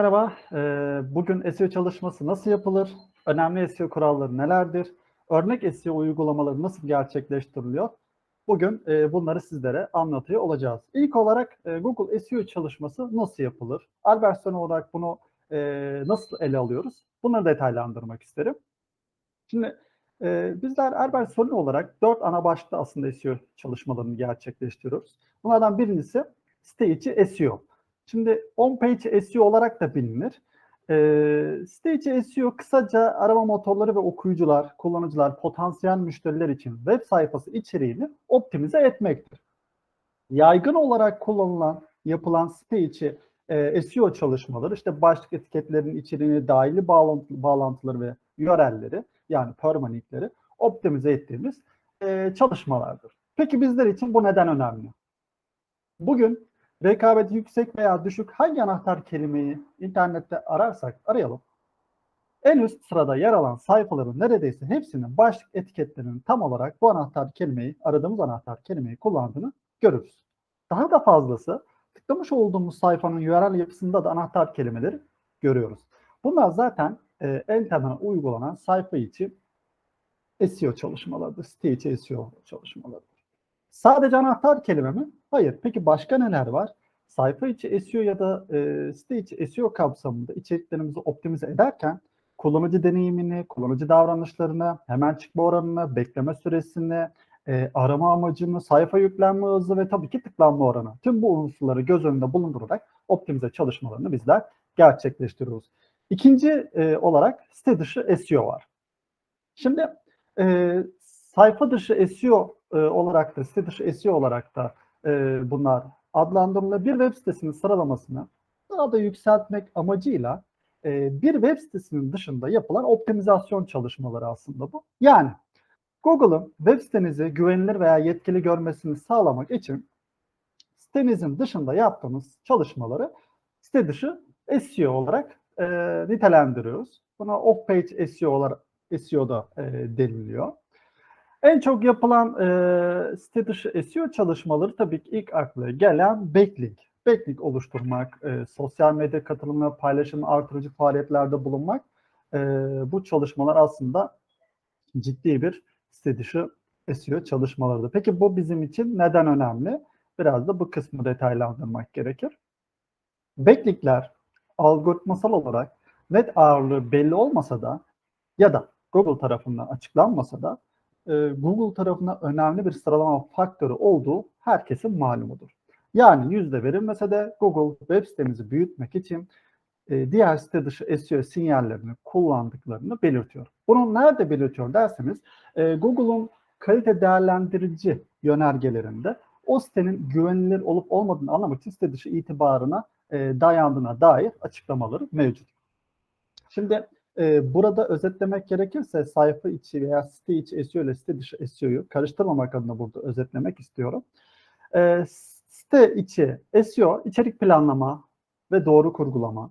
Merhaba, bugün SEO çalışması nasıl yapılır? Önemli SEO kuralları nelerdir? Örnek SEO uygulamaları nasıl gerçekleştiriliyor? Bugün bunları sizlere anlatıyor olacağız. İlk olarak Google SEO çalışması nasıl yapılır? Albertson olarak bunu nasıl ele alıyoruz? Bunları detaylandırmak isterim. Şimdi bizler Albertson olarak 4 ana başlıkta aslında SEO çalışmalarını gerçekleştiriyoruz. Bunlardan birincisi site içi SEO. Şimdi on-page SEO olarak da bilinir. Site içi SEO kısaca arama motorları ve okuyucular, kullanıcılar, potansiyel müşteriler için web sayfası içeriğini optimize etmektir. Yaygın olarak yapılan site içi SEO çalışmaları işte başlık etiketlerinin içeriğini, dahili bağlantıları ve URL'leri yani permalinkleri optimize ettiğimiz çalışmalardır. Peki bizler için bu neden önemli? Bugün rekabeti yüksek veya düşük hangi anahtar kelimeyi internette ararsak arayalım, en üst sırada yer alan sayfaların neredeyse hepsinin başlık etiketlerinin tam olarak bu anahtar kelimeyi, aradığımız anahtar kelimeyi kullandığını görürüz. Daha da fazlası, tıklamış olduğumuz sayfanın URL yapısında da anahtar kelimeleri görüyoruz. Bunlar zaten en temel uygulanan sayfa içi SEO çalışmalarıdır, site içi SEO çalışmalarıdır. Sadece anahtar kelime mi? Hayır. Peki başka neler var? Sayfa içi SEO ya da site içi SEO kapsamında içeriklerimizi optimize ederken kullanıcı deneyimini, kullanıcı davranışlarını, hemen çıkma oranını, bekleme süresini, arama amacını, sayfa yüklenme hızı ve tabii ki tıklanma oranı. Tüm bu unsurları göz önünde bulundurarak optimize çalışmalarını bizler gerçekleştiriyoruz. İkinci olarak site dışı SEO var. Şimdi sayfa dışı SEO olarak da, site dışı SEO olarak da bunlar adlandırılıyor. Bir web sitesinin sıralamasını daha da yükseltmek amacıyla bir web sitesinin dışında yapılan optimizasyon çalışmaları aslında bu. Yani Google'ın web sitenizi güvenilir veya yetkili görmesini sağlamak için sitenizin dışında yaptığımız çalışmaları site dışı SEO olarak nitelendiriyoruz. Buna off-page SEO olarak SEO'da deniliyor. En çok yapılan site dışı SEO çalışmaları tabii ki ilk akla gelen backlink. Backlink oluşturmak, sosyal medya katılımı, paylaşımı artırıcı faaliyetlerde bulunmak. Bu çalışmalar aslında ciddi bir site dışı SEO çalışmalarıdır. Peki bu bizim için neden önemli? Biraz da bu kısmı detaylandırmak gerekir. Backlinkler algoritmasal olarak net ağırlığı belli olmasa da ya da Google tarafından açıklanmasa da Google tarafından önemli bir sıralama faktörü olduğu herkesin malumudur. Yani yüzde verilmese de Google web sitemizi büyütmek için diğer site dışı SEO sinyallerini kullandıklarını belirtiyor. Bunu nerede belirtiyor derseniz Google'un kalite değerlendirici yönergelerinde o sitenin güvenilir olup olmadığını anlamak için site dışı itibarına dayandığına dair açıklamaları mevcut. Şimdi burada özetlemek gerekirse sayfa içi veya site içi SEO ile site dışı SEO'yu karıştırmamak adına burada özetlemek istiyorum. Site içi SEO, içerik planlama ve doğru kurgulama,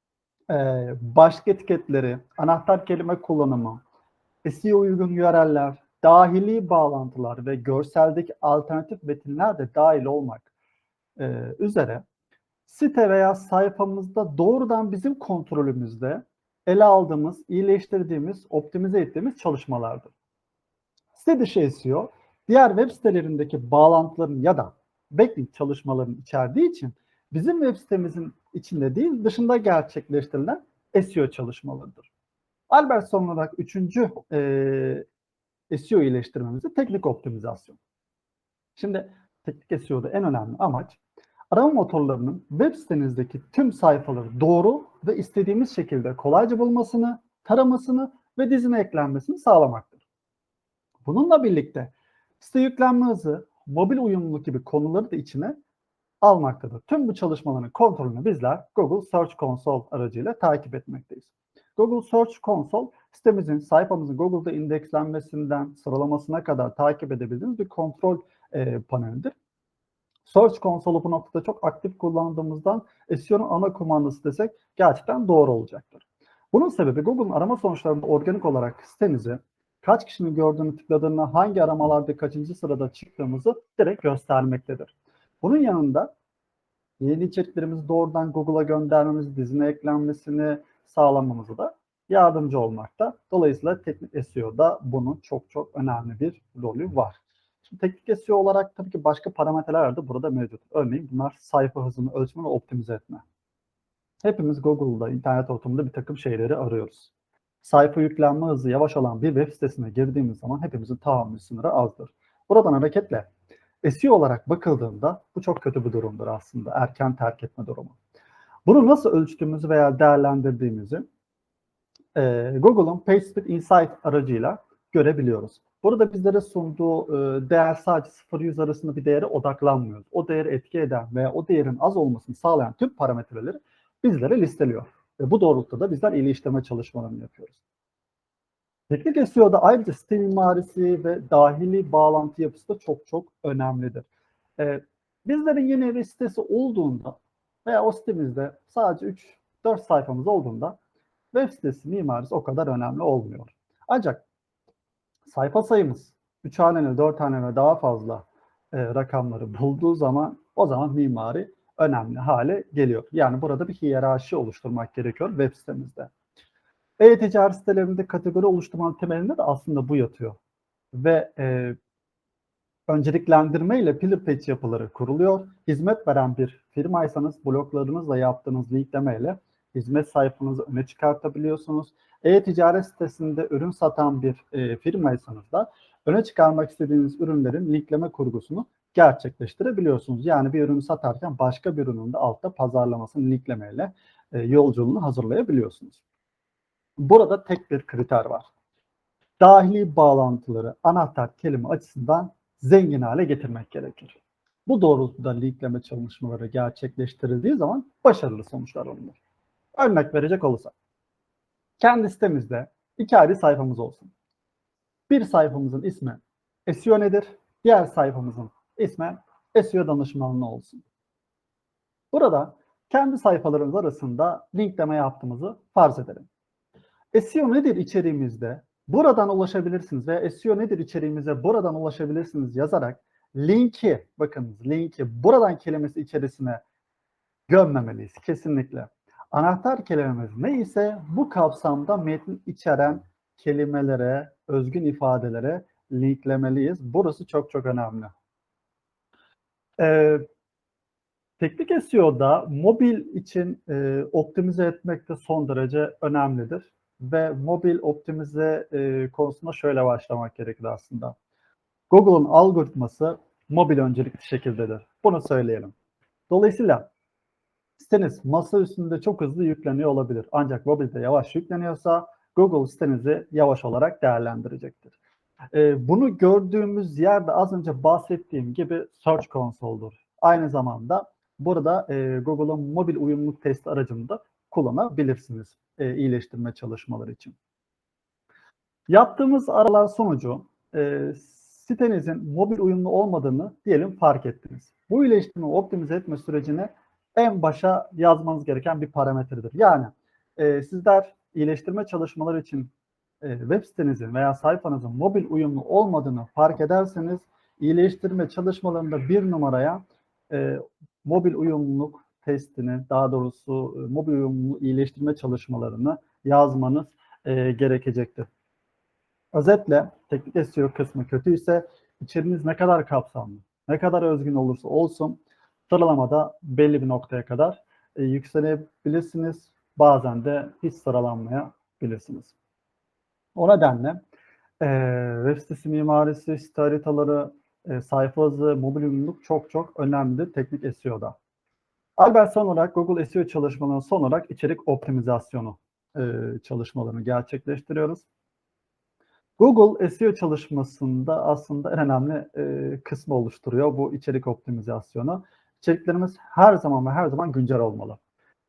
başlık etiketleri, anahtar kelime kullanımı, SEO uygun URL'ler, dahili bağlantılar ve görseldeki alternatif metinler de dahil olmak üzere site veya sayfamızda doğrudan bizim kontrolümüzde ele aldığımız, iyileştirdiğimiz, optimize ettiğimiz çalışmalardır. Site dışı SEO, diğer web sitelerindeki bağlantıların ya da backlink çalışmalarının içerdiği için bizim web sitemizin içinde değil, dışında gerçekleştirilen SEO çalışmalarıdır. Albertson olarak üçüncü SEO iyileştirmemiz de teknik optimizasyon. Şimdi teknik SEO'da en önemli amaç arama motorlarının web sitenizdeki tüm sayfaları doğru ve istediğimiz şekilde kolayca bulmasını, taramasını ve dizine eklenmesini sağlamaktır. Bununla birlikte site yüklenme hızı, mobil uyumluluk gibi konuları da içine almaktadır. Tüm bu çalışmaların kontrolünü bizler Google Search Console aracıyla takip etmekteyiz. Google Search Console sitemizin, sayfamızın Google'da indekslenmesinden sıralamasına kadar takip edebildiğimiz bir kontrol panelidir. Search Console'u bu noktada çok aktif kullandığımızdan SEO'nun ana kumandası desek gerçekten doğru olacaktır. Bunun sebebi Google'un arama sonuçlarında organik olarak sitenizi, kaç kişinin gördüğünü, tıkladığını, hangi aramalarda kaçıncı sırada çıktığımızı direkt göstermektedir. Bunun yanında yeni içeriklerimizi doğrudan Google'a göndermemiz, dizine eklenmesini sağlamamızı da yardımcı olmakta. Dolayısıyla teknik SEO'da bunun çok çok önemli bir rolü var. Şimdi teknik SEO olarak tabii ki başka parametreler de burada mevcut. Örneğin bunlar sayfa hızını ölçme ve optimize etme. Hepimiz Google'da, internet ortamında bir takım şeyleri arıyoruz. Sayfa yüklenme hızı yavaş olan bir web sitesine girdiğimiz zaman hepimizin tahammül sınırı azdır. Buradan hareketle SEO olarak bakıldığında bu çok kötü bir durumdur aslında. Erken terk etme durumu. Bunu nasıl ölçtüğümüzü veya değerlendirdiğimizi Google'un PageSpeed Insight aracıyla görebiliyoruz. Burada bizlere sunduğu değer sadece 0-100 arasında bir değere odaklanmıyoruz. O değeri etki eden veya o değerin az olmasını sağlayan tüm parametreleri bizlere listeliyor. Ve bu doğrultuda bizler iyileştirme çalışmalarını yapıyoruz. Teknik SEO'da ayrıca site mimarisi ve dahili bağlantı yapısı da çok çok önemlidir. Bizlerin yeni bir sitesi olduğunda veya o sitemizde sadece 3-4 sayfamız olduğunda web sitesi mimarisi o kadar önemli olmuyor. Ancak sayfa sayımız 3 haneli, 4 haneli daha fazla rakamları bulduğu zaman o zaman mimari önemli hale geliyor. Yani burada bir hiyerarşi oluşturmak gerekiyor web sitemizde. E-ticaret sitelerinde kategori oluşturmanın temelinde de aslında bu yatıyor. Ve önceliklendirme ile pillar page yapıları kuruluyor. Hizmet veren bir firmaysanız bloglarınızla yaptığınız linkleme ile hizmet sayfanızı öne çıkartabiliyorsunuz. E-ticaret sitesinde ürün satan bir firmaysanız da öne çıkarmak istediğiniz ürünlerin linkleme kurgusunu gerçekleştirebiliyorsunuz. Yani bir ürünü satarken başka bir ürünün de altta pazarlamasını linklemeyle yolculuğunu hazırlayabiliyorsunuz. Burada tek bir kriter var. Dahili bağlantıları anahtar kelime açısından zengin hale getirmek gerekir. Bu doğrultuda linkleme çalışmaları gerçekleştirildiği zaman başarılı sonuçlar alınır. Örnek verecek olursak, kendi sitemizde 2 ayrı sayfamız olsun. Bir sayfamızın ismi SEO nedir? Diğer sayfamızın ismi SEO danışmanlığı olsun. Burada kendi sayfalarımız arasında linkleme yaptığımızı farz edelim. SEO nedir içeriğimizde? Buradan ulaşabilirsiniz ve SEO nedir içeriğimize buradan ulaşabilirsiniz yazarak linki, bakınız linki buradan kelimesi içerisine gömmemeliyiz kesinlikle. Anahtar kelimemiz neyse bu kapsamda metnin içeren kelimelere, özgün ifadelere linklemeliyiz. Burası çok çok önemli. Teknik SEO'da mobil için optimize etmek de son derece önemlidir. Ve mobil optimize konusunda şöyle başlamak gerekir aslında. Google'un algoritması mobil öncelikli şekildedir. Bunu söyleyelim. Dolayısıyla siteniz masa üstünde çok hızlı yükleniyor olabilir. Ancak mobilde yavaş yükleniyorsa Google sitenizi yavaş olarak değerlendirecektir. Bunu gördüğümüz yerde az önce bahsettiğim gibi Search Console'dur. Aynı zamanda burada Google'ın mobil uyumluluk testi aracını da kullanabilirsiniz iyileştirme çalışmaları için. Yaptığımız aralar sonucu sitenizin mobil uyumlu olmadığını diyelim fark ettiniz. Bu iyileştirme optimize etme sürecini en başa yazmanız gereken bir parametredir. Yani sizler iyileştirme çalışmaları için web sitenizin veya sayfanızın mobil uyumlu olmadığını fark ederseniz iyileştirme çalışmalarında bir numaraya mobil uyumluluk testini, daha doğrusu mobil uyumluluğu iyileştirme çalışmalarını yazmanız gerekecektir. Özetle teknik SEO kısmı kötüyse içeriğiniz ne kadar kapsamlı, ne kadar özgün olursa olsun sıralamada belli bir noktaya kadar yükselebilirsiniz. Bazen de hiç sıralanmayabilirsiniz. O nedenle web sitesi mimarisi, site haritaları, sayfa hızı, mobil uyumluluk çok çok önemlidir teknik SEO'da. Albert son olarak Google SEO çalışmalarının son olarak içerik optimizasyonu çalışmalarını gerçekleştiriyoruz. Google SEO çalışmasında aslında en önemli kısmı oluşturuyor bu içerik optimizasyonu. İçeriklerimiz her zaman ve her zaman güncel olmalı.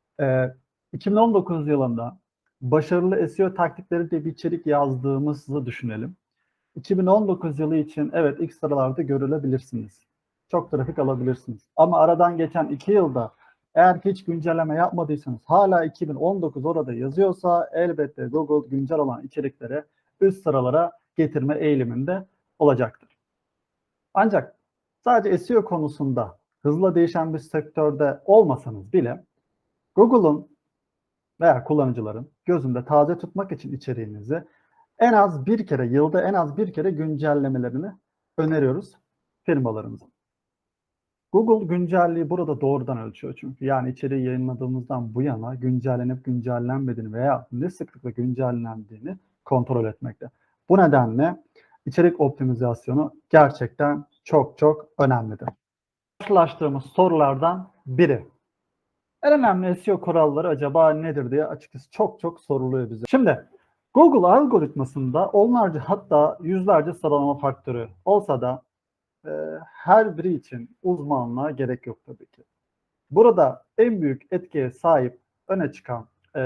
2019 yılında başarılı SEO taktikleri diye bir içerik yazdığımızı düşünelim. 2019 yılı için evet ilk sıralarda görülebilirsiniz. Çok trafik alabilirsiniz. Ama aradan geçen 2 yılda eğer hiç güncelleme yapmadıysanız hala 2019 orada yazıyorsa elbette Google güncel olan içeriklere üst sıralara getirme eğiliminde olacaktır. Ancak sadece SEO konusunda hızla değişen bir sektörde olmasanız bile Google'un veya kullanıcıların gözünde taze tutmak için içeriğinizi en az bir kere, yılda en az bir kere güncellemelerini öneriyoruz firmalarımıza. Google güncelliği burada doğrudan ölçüyor çünkü. Yani içeriği yayınladığımızdan bu yana güncellenip güncellenmediğini veya ne sıklıkla güncellendiğini kontrol etmekte. Bu nedenle içerik optimizasyonu gerçekten çok çok önemlidir. Karşılaştığımız sorulardan biri. En önemli SEO kuralları acaba nedir diye açıkçası çok çok soruluyor bize. Şimdi Google algoritmasında onlarca hatta yüzlerce sıralama faktörü olsa da her biri için uzmanlığa gerek yok tabii ki. Burada en büyük etkiye sahip öne çıkan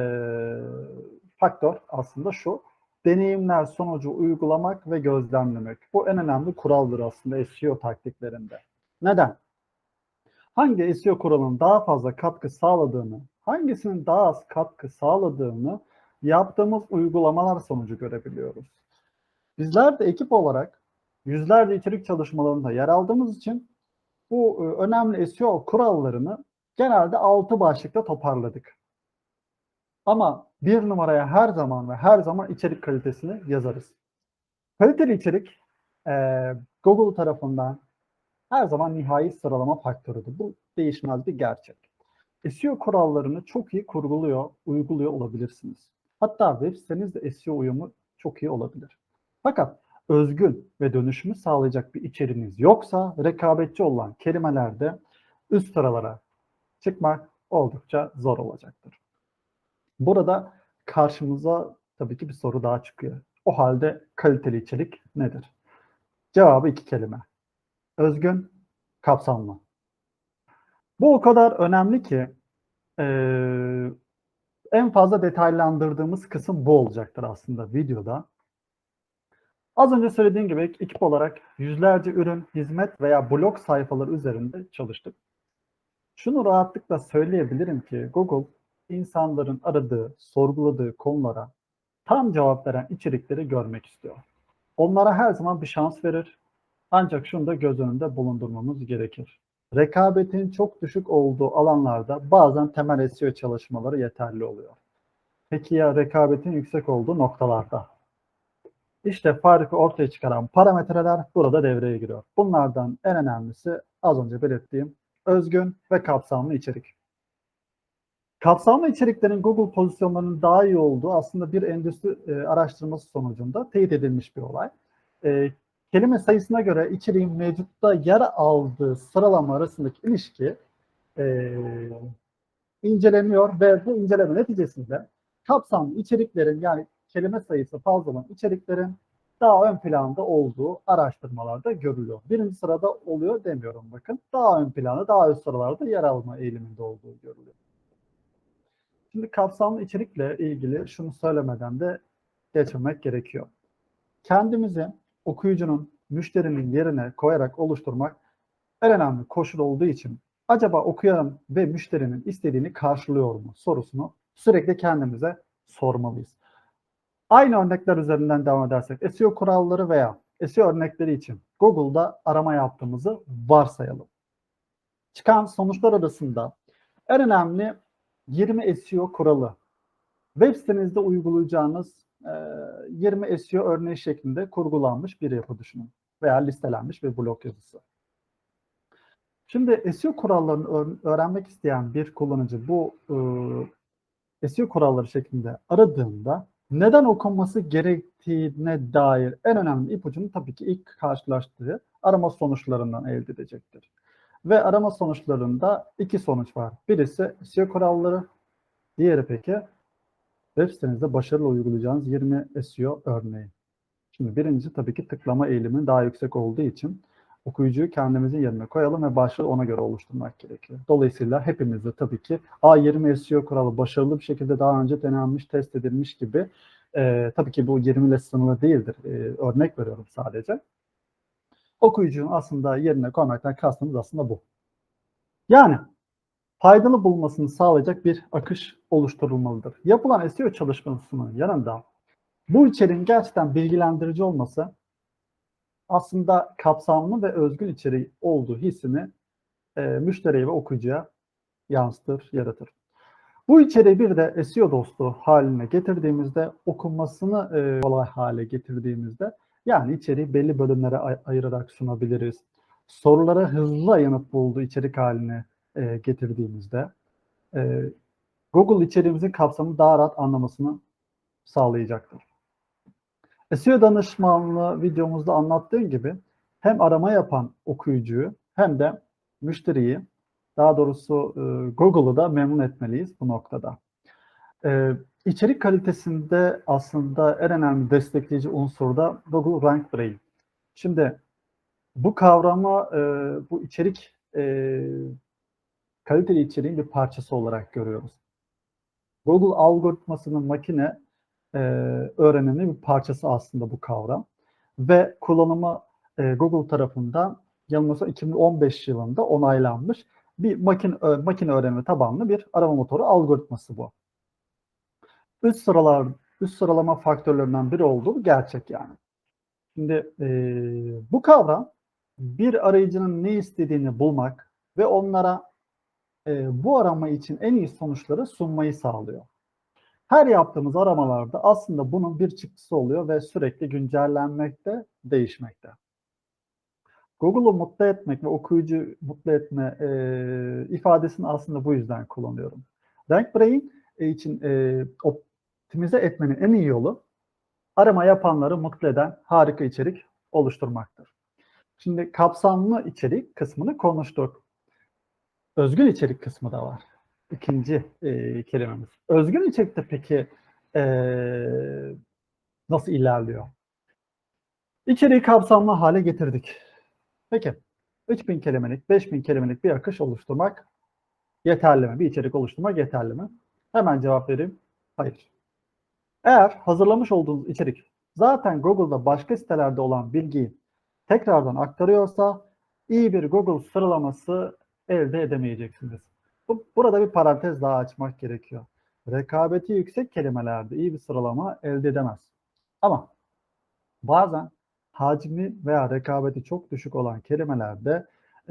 faktör aslında şu: deneyimler sonucu uygulamak ve gözlemlemek. Bu en önemli kuraldır aslında SEO taktiklerinde. Neden? Hangi SEO kuralının daha fazla katkı sağladığını, hangisinin daha az katkı sağladığını yaptığımız uygulamalar sonucu görebiliyoruz. Bizler de ekip olarak yüzlerce içerik çalışmalarında yer aldığımız için bu önemli SEO kurallarını genelde 6 başlıkta toparladık. Ama bir numaraya her zaman ve her zaman içerik kalitesini yazarız. Kaliteli içerik Google tarafından her zaman nihai sıralama faktörüdür. Bu değişmez bir gerçek. SEO kurallarını çok iyi kurguluyor, uyguluyor olabilirsiniz. Hatta web sitenizde SEO uyumu çok iyi olabilir. Fakat özgün ve dönüşümü sağlayacak bir içeriğiniz yoksa rekabetçi olan kelimelerde üst sıralara çıkmak oldukça zor olacaktır. Burada karşımıza tabii ki bir soru daha çıkıyor. O halde kaliteli içerik nedir? Cevabı 2 kelime. Özgün, kapsamlı. Bu o kadar önemli ki en fazla detaylandırdığımız kısım bu olacaktır aslında videoda. Az önce söylediğim gibi ekip olarak yüzlerce ürün, hizmet veya blog sayfaları üzerinde çalıştık. Şunu rahatlıkla söyleyebilirim ki Google insanların aradığı, sorguladığı konulara tam cevap veren içerikleri görmek istiyor. Onlara her zaman bir şans verir. Ancak şunu da göz önünde bulundurmamız gerekir. Rekabetin çok düşük olduğu alanlarda bazen temel SEO çalışmaları yeterli oluyor. Peki ya rekabetin yüksek olduğu noktalarda? İşte farkı ortaya çıkaran parametreler burada devreye giriyor. Bunlardan en önemlisi az önce belirttiğim özgün ve kapsamlı içerik. Kapsamlı içeriklerin Google pozisyonlarının daha iyi olduğu aslında bir endüstri araştırması sonucunda teyit edilmiş bir olay. Kelime sayısına göre içeriğin mevcutta yer aldığı sıralama arasındaki ilişki inceleniyor ve bu inceleme neticesinde kapsamlı içeriklerin yani kelime sayısı fazla olan içeriklerin daha ön planda olduğu araştırmalarda görülüyor. Birinci sırada oluyor demiyorum bakın. Daha ön planda, daha üst sıralarda yer alma eğiliminde olduğu görülüyor. Şimdi kapsamlı içerikle ilgili şunu söylemeden de geçmemek gerekiyor. Kendimizi okuyucunun, müşterinin yerine koyarak oluşturmak en önemli koşul olduğu için acaba okuyan ve müşterinin istediğini karşılıyor mu sorusunu sürekli kendimize sormalıyız. Aynı örnekler üzerinden devam edersek SEO kuralları veya SEO örnekleri için Google'da arama yaptığımızı varsayalım. Çıkan sonuçlar arasında en önemli 20 SEO kuralı, web sitenizde uygulayacağınız 20 SEO örneği şeklinde kurgulanmış bir yapı düşünün veya listelenmiş bir blog yazısı. Şimdi SEO kurallarını öğrenmek isteyen bir kullanıcı bu SEO kuralları şeklinde aradığında neden okunması gerektiğine dair en önemli ipucunu tabii ki ilk karşılaştığı arama sonuçlarından elde edecektir. Ve arama sonuçlarında 2 sonuç var. Birisi SEO kuralları, diğeri peki web sitenizde başarılı uygulayacağınız 20 SEO örneği. Şimdi birincisi tabii ki tıklama eğiliminin daha yüksek olduğu için okuyucuyu kendimizin yerine koyalım ve başlığı ona göre oluşturmak gerekiyor. Dolayısıyla hepimiz de tabii ki A20 SEO kuralı başarılı bir şekilde daha önce denenmiş, test edilmiş gibi tabii ki bu 20 ile sınırlı değildir. Örnek veriyorum sadece. Okuyucunun aslında yerine koymaktan kastımız aslında bu. Yani faydalı bulmasını sağlayacak bir akış oluşturulmalıdır. Yapılan SEO çalışmasının yanında bu içeriğin gerçekten bilgilendirici olması aslında kapsamlı ve özgün içeriği olduğu hissini müşteriye ve okuyucuya yansıtır, yaratır. Bu içeriği bir de SEO dostu haline getirdiğimizde, okunmasını kolay hale getirdiğimizde, yani içeriği belli bölümlere ayırarak sunabiliriz. Sorulara hızlı yanıt bulduğu içerik haline getirdiğimizde Google içeriğimizin kapsamını daha rahat anlamasını sağlayacaktır. SEO danışmanlığı videomuzda anlattığım gibi hem arama yapan okuyucuyu hem de müşteriyi, daha doğrusu Google'ı da memnun etmeliyiz bu noktada. İçerik kalitesinde aslında en önemli destekleyici unsur da Google Rank Brain. Şimdi bu kavramı bu içerik kaliteli içeriğin bir parçası olarak görüyoruz. Google algoritmasının makine öğreniminin bir parçası aslında bu kavram ve kullanımı Google tarafından yanılmıyorsam 2015 yılında onaylanmış bir makine öğrenimi tabanlı bir arama motoru algoritması bu. Üst sıralama faktörlerinden biri olduğu gerçek yani. Şimdi bu kavram bir arayıcının ne istediğini bulmak ve onlara bu arama için en iyi sonuçları sunmayı sağlıyor. Her yaptığımız aramalarda aslında bunun bir çıktısı oluyor ve sürekli güncellenmekte, değişmekte. Google'u mutlu etmek ve okuyucu mutlu etme ifadesini aslında bu yüzden kullanıyorum. RankBrain için optimize etmenin en iyi yolu arama yapanları mutlu eden harika içerik oluşturmaktır. Şimdi kapsamlı içerik kısmını konuştuk. Özgün içerik kısmı da var. İkinci kelimemiz. Özgün içerikte peki nasıl ilerliyor? İçeriği kapsamlı hale getirdik. Peki 3000 kelimelik, 5000 kelimelik bir akış oluşturmak yeterli mi? Bir içerik oluşturmak yeterli mi? Hemen cevap vereyim. Hayır. Eğer hazırlamış olduğunuz içerik zaten Google'da başka sitelerde olan bilgiyi tekrardan aktarıyorsa iyi bir Google sıralaması elde edemeyeceksiniz. Burada bir parantez daha açmak gerekiyor. Rekabeti yüksek kelimelerde iyi bir sıralama elde edemez. Ama bazen hacmi veya rekabeti çok düşük olan kelimelerde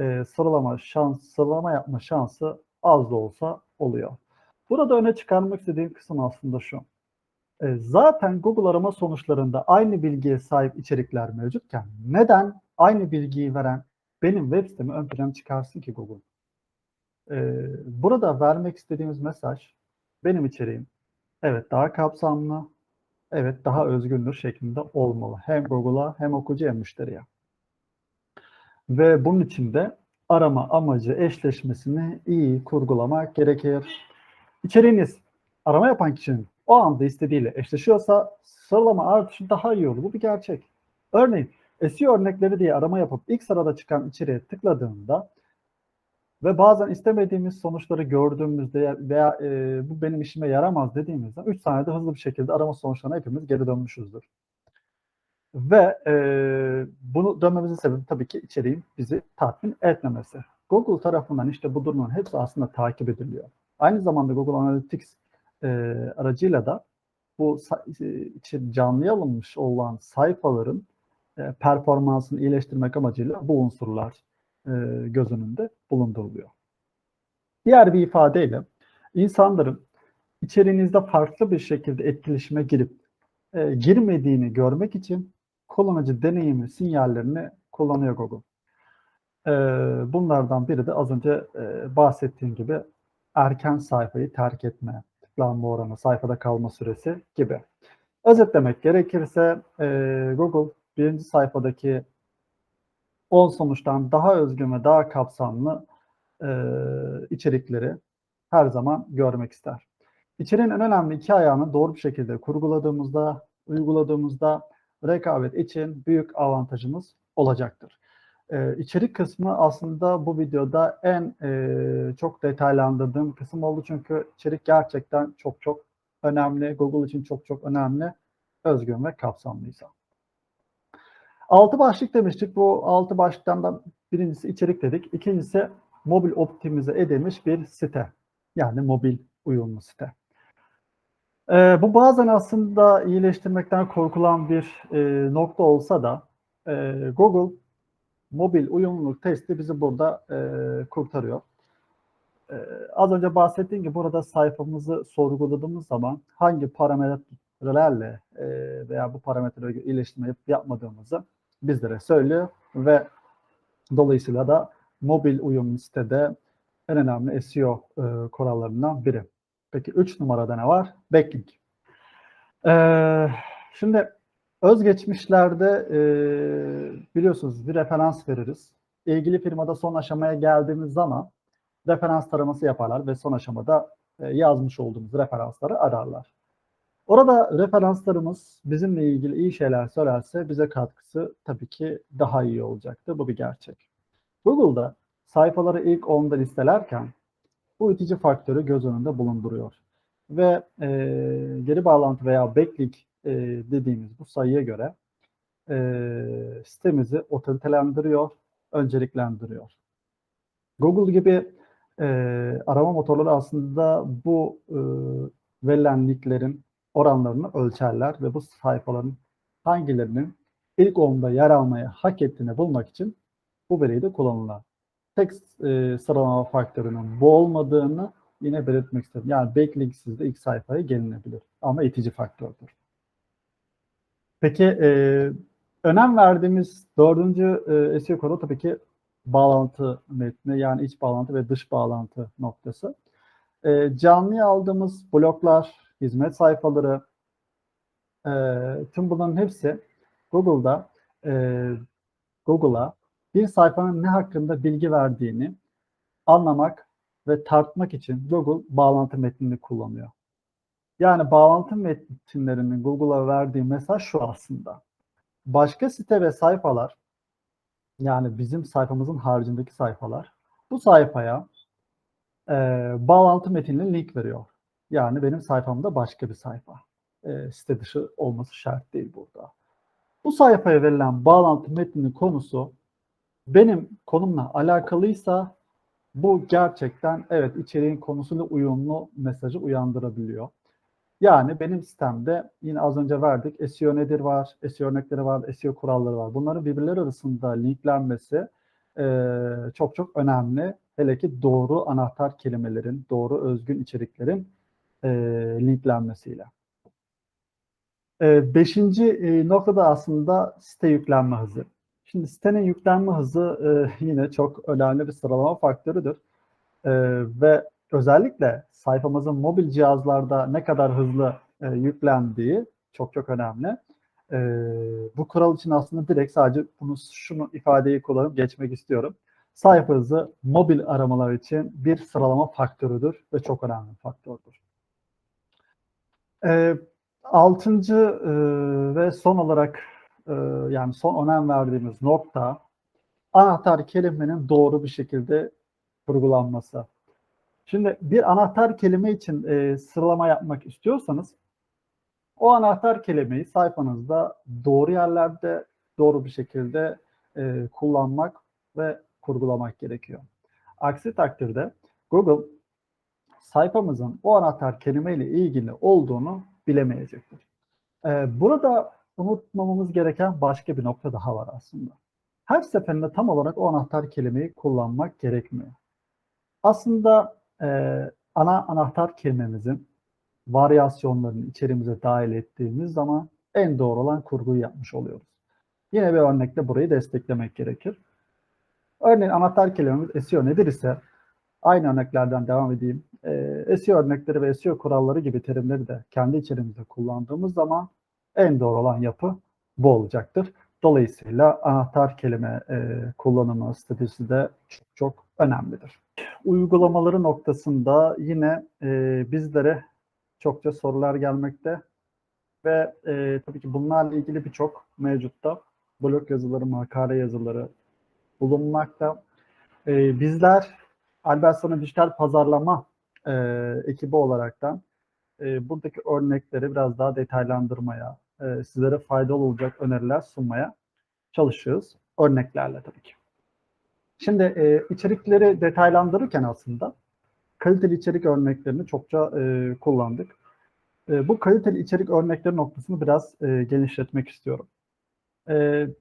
sıralama yapma şansı az da olsa oluyor. Burada öne çıkarmak istediğim kısım aslında şu. Zaten Google arama sonuçlarında aynı bilgiye sahip içerikler mevcutken neden aynı bilgiyi veren benim web sitemi ön plana çıkarsın ki Google? Burada vermek istediğimiz mesaj benim içeriğim evet daha kapsamlı, evet daha özgündür şeklinde olmalı. Hem Google'a hem okuyucu hem müşteriye. Ve bunun için de arama amacı eşleşmesini iyi kurgulamak gerekir. İçeriğiniz arama yapan kişinin o anda istediğiyle eşleşiyorsa sıralama artışı daha iyi olur. Bu bir gerçek. Örneğin SEO örnekleri diye arama yapıp ilk sırada çıkan içeriğe tıkladığında ve bazen istemediğimiz sonuçları gördüğümüzde veya bu benim işime yaramaz dediğimizde 3 saniyede hızlı bir şekilde arama sonuçlarına hepimiz geri dönmüşüzdür. Ve bunu dönmemizin sebebi tabii ki içeriğin bizi tatmin etmemesi. Google tarafından işte bu durumun hepsi aslında takip ediliyor. Aynı zamanda Google Analytics aracıyla da bu canlıya alınmış olan sayfaların performansını iyileştirmek amacıyla bu unsurlar göz önünde bulunduruluyor. Diğer bir ifadeyle insanların içeriğinizde farklı bir şekilde etkileşime girip girmediğini görmek için kullanıcı deneyimi sinyallerini kullanıyor Google. Bunlardan biri de az önce bahsettiğim gibi erken sayfayı terk etme, tıklanma oranı, sayfada kalma süresi gibi. Özetlemek gerekirse Google birinci sayfadaki 10 sonuçtan daha özgün ve daha kapsamlı içerikleri her zaman görmek ister. İçeriğin en önemli iki ayağını doğru bir şekilde kurguladığımızda, uyguladığımızda rekabet için büyük avantajımız olacaktır. İçerik kısmı aslında bu videoda en çok detaylandırdığım kısım oldu. Çünkü içerik gerçekten çok önemli. Google için çok önemli. Özgün ve kapsamlıysa. 6 başlık demiştik. Bu 6 başlıktan da birincisi içerik dedik. İkincisi mobil optimize edilmiş bir site. Yani mobil uyumlu site. Bu bazen aslında iyileştirmekten korkulan bir nokta olsa da Google mobil uyumluluk testi bizi burada kurtarıyor. Az önce bahsettiğim gibi burada sayfamızı sorguladığımız zaman hangi parametrelerle veya bu parametreleri iyileştirme yapmadığımızı bizlere söylüyor ve dolayısıyla da mobil uyumlu sitede en önemli SEO kurallarından biri. Peki 3 numarada ne var? Backlink. Şimdi özgeçmişlerde biliyorsunuz bir referans veririz. İlgili firmada son aşamaya geldiğimiz zaman referans taraması yaparlar ve son aşamada yazmış olduğumuz referansları ararlar. Orada referanslarımız bizimle ilgili iyi şeyler söylerse bize katkısı tabii ki daha iyi olacaktır. Bu bir gerçek. Google'da sayfaları ilk 10'da listelerken bu itici faktörü göz önünde bulunduruyor. Ve geri bağlantı veya backlink dediğimiz bu sayıya göre sitemizi otoritelendiriyor, önceliklendiriyor. Google gibi arama motorları aslında bu verilen linklerin oranlarını ölçerler ve bu sayfaların hangilerinin ilk 10'da yer almaya hak ettiğini bulmak için bu veriyi de kullanırlar. Tek sıralama faktörünün bu olmadığını yine belirtmek istedim. Yani backlinksiz de ilk sayfaya gelinebilir ama itici faktördür. Peki önem verdiğimiz dördüncü SEO kuralı tabii ki bağlantı metni, yani iç bağlantı ve dış bağlantı noktası. Canlıya aldığımız bloglar, hizmet sayfaları, tüm bunların hepsi Google'a bir sayfanın ne hakkında bilgi verdiğini anlamak ve tartmak için Google bağlantı metnini kullanıyor. Yani bağlantı metinlerinin Google'a verdiği mesaj şu aslında. Başka site ve sayfalar, yani bizim sayfamızın haricindeki sayfalar, bu sayfaya bağlantı metinli link veriyor. Yani benim sayfamda başka bir sayfa. Site dışı olması şart değil burada. Bu sayfaya verilen bağlantı metninin konusu benim konumla alakalıysa bu gerçekten evet içeriğin konusuyla uyumlu mesajı uyandırabiliyor. Yani benim sitemde yine az önce verdik SEO nedir var, SEO örnekleri var, SEO kuralları var. Bunların birbirleri arasında linklenmesi çok çok önemli. Hele ki doğru anahtar kelimelerin, doğru özgün içeriklerin linklenmesiyle. Beşinci noktada aslında site yüklenme hızı. Şimdi sitenin yüklenme hızı yine çok önemli bir sıralama faktörüdür. Ve özellikle sayfamızın mobil cihazlarda ne kadar hızlı yüklendiği çok çok önemli. Bu kural için aslında direkt sadece şunu ifadeyi kullanıp geçmek istiyorum. Sayfa hızı mobil aramalar için bir sıralama faktörüdür ve çok önemli bir faktördür. Altıncı ve son olarak yani son önem verdiğimiz nokta anahtar kelimenin doğru bir şekilde kurgulanması. Şimdi bir anahtar kelime için sıralama yapmak istiyorsanız o anahtar kelimeyi sayfanızda doğru yerlerde doğru bir şekilde kullanmak ve kurgulamak gerekiyor. Aksi takdirde Google sayfamızın o anahtar kelimeyle ilgili olduğunu bilemeyecektir. Burada unutmamamız gereken başka bir nokta daha var aslında. Her seferinde tam olarak o anahtar kelimeyi kullanmak gerekmiyor. Aslında ana anahtar kelimemizin varyasyonlarını içerimize dahil ettiğimiz zaman en doğru olan kurguyu yapmış oluyoruz. Yine bir örnekle burayı desteklemek gerekir. Örneğin anahtar kelimemiz SEO nedir ise aynı örneklerden devam edeyim. SEO örnekleri ve SEO kuralları gibi terimleri de kendi içerimizde kullandığımız zaman en doğru olan yapı bu olacaktır. Dolayısıyla anahtar kelime kullanımı stratejisi de çok çok önemlidir. Uygulamaları noktasında yine bizlere çokça sorular gelmekte ve tabii ki bunlarla ilgili birçok mevcutta blog yazıları, makale yazıları bulunmakta. Bizler Albertson'un dijital pazarlama ekibi olaraktan buradaki örnekleri biraz daha detaylandırmaya, sizlere faydalı olacak öneriler sunmaya çalışıyoruz. Örneklerle tabii ki. Şimdi içerikleri detaylandırırken aslında kaliteli içerik örneklerini çokça kullandık. Bu kaliteli içerik örnekleri noktasını biraz genişletmek istiyorum.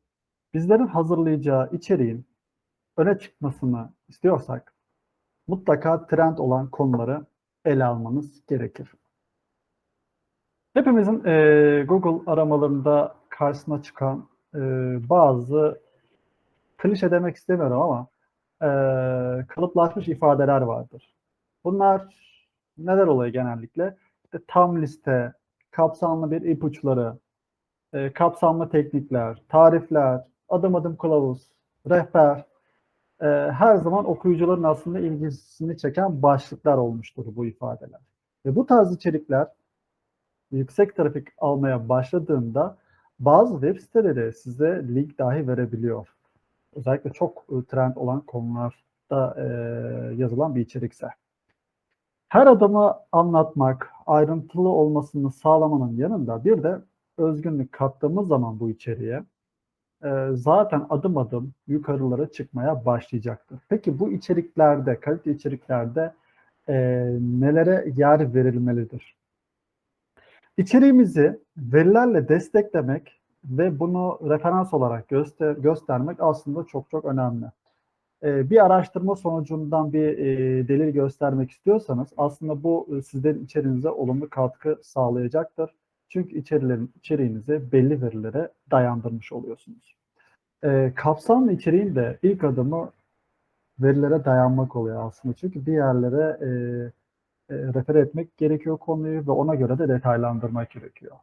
Bizlerin hazırlayacağı içeriğin öne çıkmasını istiyorsak mutlaka trend olan konuları ele almamız gerekir. Hepimizin Google aramalarında karşısına çıkan bazı klişe demek istemiyorum ama kalıplaşmış ifadeler vardır. Bunlar neler oluyor genellikle? İşte tam liste, kapsamlı bir ipuçları, kapsamlı teknikler, tarifler, adım adım kılavuz, rehber, her zaman okuyucuların aslında ilgisini çeken başlıklar olmuştur bu ifadeler. Ve bu tarz içerikler yüksek trafik almaya başladığında bazı web siteleri size link dahi verebiliyor. Özellikle çok trend olan konularda yazılan bir içerikse. Her adımı anlatmak, ayrıntılı olmasını sağlamanın yanında bir de özgünlük kattığımız zaman bu içeriğe zaten adım adım yukarılara çıkmaya başlayacaktır. Peki bu içeriklerde, kalite içeriklerde nelere yer verilmelidir? İçeriğimizi verilerle desteklemek ve bunu referans olarak göstermek aslında çok çok önemli. Bir araştırma sonucundan bir delil göstermek istiyorsanız aslında bu sizlerin içeriğinize olumlu katkı sağlayacaktır. Çünkü içeriğinizi belli verilere dayandırmış oluyorsunuz. Kapsamlı içeriğin de ilk adımı verilere dayanmak oluyor aslında. Çünkü bir yerlere refer etmek gerekiyor konuyu ve ona göre de detaylandırmak gerekiyor.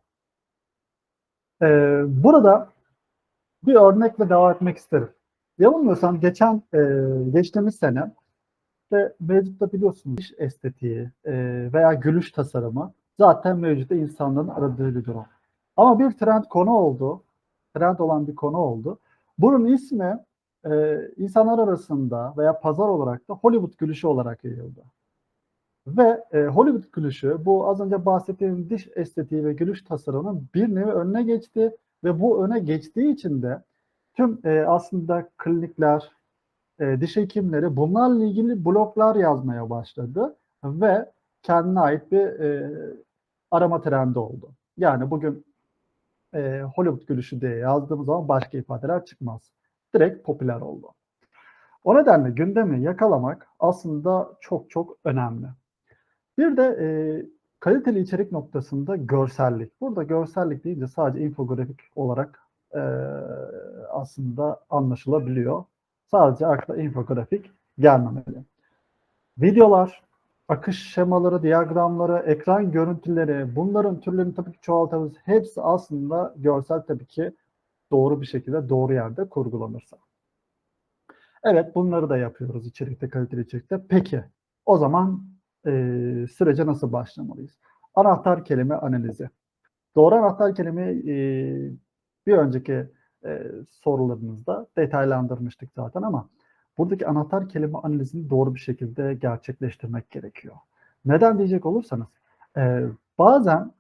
Burada bir örnekle devam etmek isterim. Yanılmıyorsam geçtiğimiz sene ve mevcutta biliyorsunuz diş estetiği veya gülüş tasarımı zaten mevcutta insanların aradığı bir durum. Ama bir trend konu oldu, trend olan bir konu oldu. Bunun ismi insanlar arasında veya pazar olarak da Hollywood gülüşü olarak yayıldı. Ve Hollywood gülüşü bu az önce bahsettiğim diş estetiği ve gülüş tasarımının bir nevi önüne geçti ve bu öne geçtiği için de tüm aslında klinikler, diş hekimleri bunlarla ilgili bloglar yazmaya başladı ve kendine ait bir arama trendi oldu. Yani bugün Hollywood gülüşü diye yazdığımız zaman başka ifadeler çıkmaz. Direkt popüler oldu. O nedenle gündemi yakalamak aslında çok çok önemli. Bir de kaliteli içerik noktasında görsellik. Burada görsellik deyince sadece infografik olarak aslında anlaşılabiliyor. Sadece akla infografik gelmemeli. Videolar, akış şemaları, diyagramları, ekran görüntüleri, bunların türlerini tabii ki çoğaltabiliriz. Hepsi aslında görsel tabii ki doğru bir şekilde doğru yerde kurgulanırsa. Evet, bunları da yapıyoruz içerikte, kaliteli içerikte. Peki, o zaman sürece nasıl başlamalıyız? Anahtar kelime analizi. Doğru anahtar kelimeyi bir önceki sorularımızda detaylandırmıştık zaten ama buradaki anahtar kelime analizini doğru bir şekilde gerçekleştirmek gerekiyor. Neden diyecek olursanız, bazen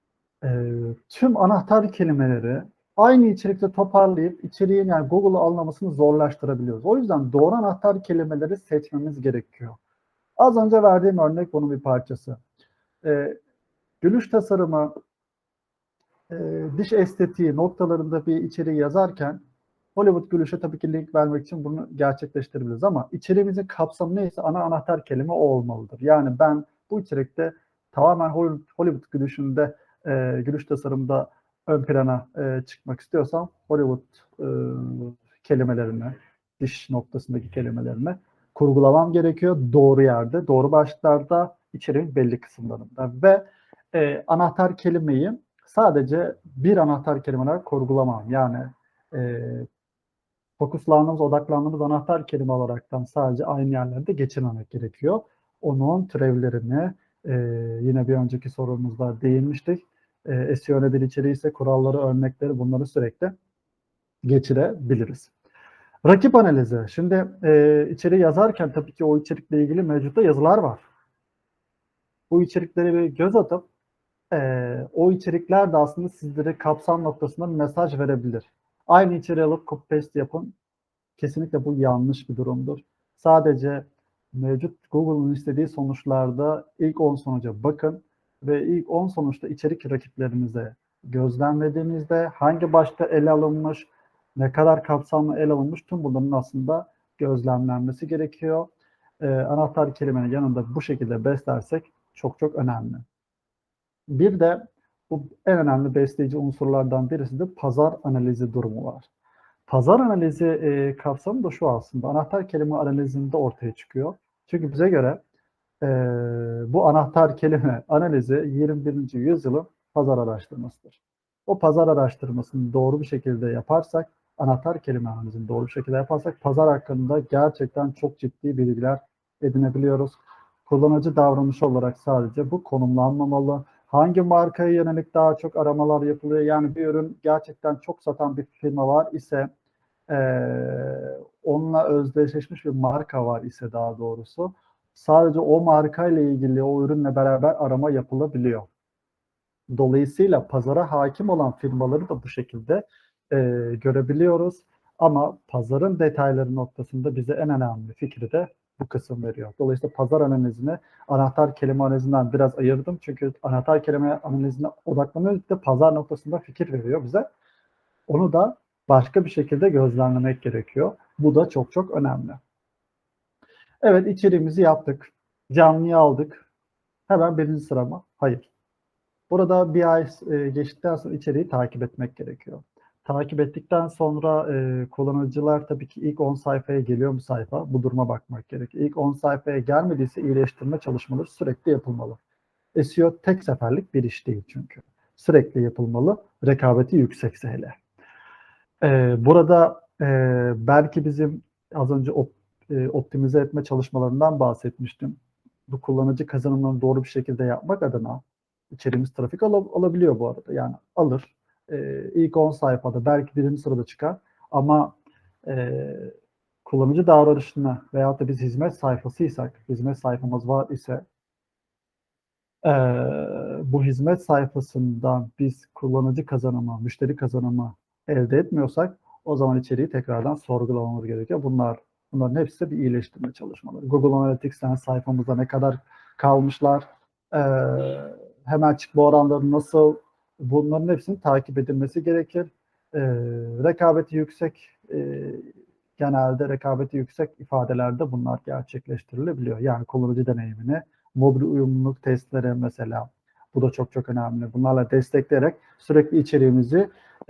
tüm anahtar kelimeleri aynı içerikte toparlayıp içeriğin yani Google'ı anlamasını zorlaştırabiliyoruz. O yüzden doğru anahtar kelimeleri seçmemiz gerekiyor. Az önce verdiğim örnek bunun bir parçası. Gülüş tasarımı, diş estetiği noktalarında bir içeriği yazarken Hollywood gülüşe tabii ki link vermek için bunu gerçekleştirebiliriz ama içeriğimizin kapsamı neyse ana anahtar kelime o olmalıdır. Yani ben bu içerikte tamamen Hollywood gülüşünde gülüş tasarımda ön plana çıkmak istiyorsam Hollywood kelimelerini, diş noktasındaki kelimelerini kurgulamam gerekiyor. Doğru yerde, doğru başlıklarda, içeriğin belli kısımlarında ve anahtar kelimeyi sadece bir anahtar kelime olarak kurgulamam. Yani fokuslandığımız, odaklandığımız anahtar kelime olaraktan sadece aynı yerlerde geçirmemek gerekiyor. Onun türevlerini yine bir önceki sorumuzda değinmiştik. SEO nedir içeriği ise kuralları, örnekleri bunları sürekli geçirebiliriz. Rakip analizi. Şimdi içeriği yazarken tabii ki o içerikle ilgili mevcutta yazılar var. Bu içeriklere bir göz atıp o içerikler de aslında sizlere kapsam noktasında bir mesaj verebilir. Aynı içeriği alıp copy paste yapın. Kesinlikle bu yanlış bir durumdur. Sadece mevcut Google'un istediği sonuçlarda ilk 10 sonuca bakın ve ilk 10 sonuçta içerik rakiplerinize gözlemlediğinizde hangi başta ele alınmış, ne kadar kapsamlı ele alınmış, tüm bunların aslında gözlemlenmesi gerekiyor. Anahtar kelimenin yanında bu şekilde beslersek çok çok önemli. Bir de bu en önemli besleyici unsurlardan birisi de pazar analizi durumu var. Pazar analizi kapsamı da şu aslında, anahtar kelime analizinde ortaya çıkıyor. Çünkü bize göre bu anahtar kelime analizi 21. yüzyılın pazar araştırmasıdır. O pazar araştırmasını doğru bir şekilde yaparsak, anahtar kelime analizini doğru bir şekilde yaparsak pazar hakkında gerçekten çok ciddi bilgiler edinebiliyoruz. Kullanıcı davranışı olarak sadece bu konumlanmamalı. Hangi markaya yönelik daha çok aramalar yapılıyor? Yani bir ürün gerçekten çok satan bir firma var ise, onunla özdeşleşmiş bir marka var ise daha doğrusu, sadece o markayla ilgili o ürünle beraber arama yapılabiliyor. Dolayısıyla pazara hakim olan firmaları da bu şekilde görebiliyoruz. Ama pazarın detayları noktasında bize en önemli fikri de bu kısım veriyor. Dolayısıyla pazar analizini anahtar kelime analizinden biraz ayırdım. Çünkü anahtar kelime analizine odaklanıyoruz da pazar noktasında fikir veriyor bize. Onu da başka bir şekilde gözlemlemek gerekiyor. Bu da çok çok önemli. Evet, içeriğimizi yaptık. Canlıyı aldık. Hemen birinci sıra mı? Hayır. Burada bir ay geçtikten sonra içeriği takip etmek gerekiyor. Takip ettikten sonra kullanıcılar tabii ki ilk 10 sayfaya geliyor mu sayfa? Bu duruma bakmak gerekiyor. İlk 10 sayfaya gelmediyse iyileştirme çalışmaları sürekli yapılmalı. SEO tek seferlik bir iş değil çünkü. Sürekli yapılmalı. Rekabeti yüksekse hele. Burada belki bizim az önce optimize etme çalışmalarından bahsetmiştim. Bu kullanıcı kazanımlarını doğru bir şekilde yapmak adına içeriğimiz trafik alabiliyor bu arada. Yani alır. İlk 10 sayfada belki birinci sırada çıkar ama e, kullanıcı davranışına veyahut da biz hizmet sayfasıysak, hizmet sayfamız var ise bu hizmet sayfasından biz kullanıcı kazanımı, müşteri kazanımı elde etmiyorsak o zaman içeriği tekrardan sorgulamamız gerekiyor. Bunların hepsi bir iyileştirme çalışmaları. Google Analytics'ten sayfamızda ne kadar kalmışlar, hemen çıkma oranları nasıl, bunların hepsinin takip edilmesi gerekir. Rekabeti yüksek, genelde rekabeti yüksek ifadelerde bunlar gerçekleştirilebiliyor. Yani kullanıcı deneyimini, mobil uyumluluk testleri mesela, bu da çok çok önemli. Bunlarla destekleyerek sürekli içeriğimizi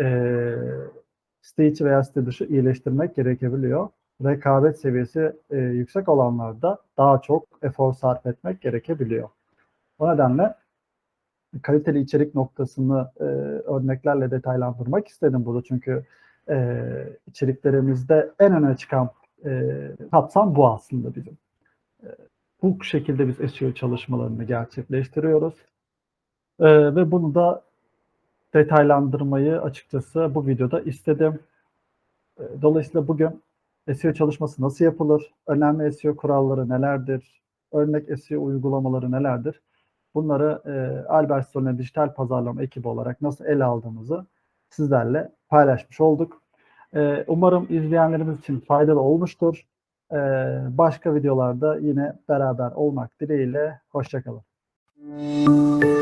site içi veya site dışı iyileştirmek gerekebiliyor. Rekabet seviyesi yüksek olanlarda daha çok efor sarf etmek gerekebiliyor. O nedenle kaliteli içerik noktasını örneklerle detaylandırmak istedim burada. Çünkü içeriklerimizde en öne çıkan kapsam bu aslında bizim. Bu şekilde biz SEO çalışmalarını gerçekleştiriyoruz. Ve bunu da detaylandırmayı açıkçası bu videoda istedim. Dolayısıyla bugün SEO çalışması nasıl yapılır? Önemli SEO kuralları nelerdir? Örnek SEO uygulamaları nelerdir? Bunları Albert Sol'un dijital pazarlama ekibi olarak nasıl ele aldığımızı sizlerle paylaşmış olduk. Umarım izleyenlerimiz için faydalı olmuştur. Başka videolarda yine beraber olmak dileğiyle. Hoşça kalın.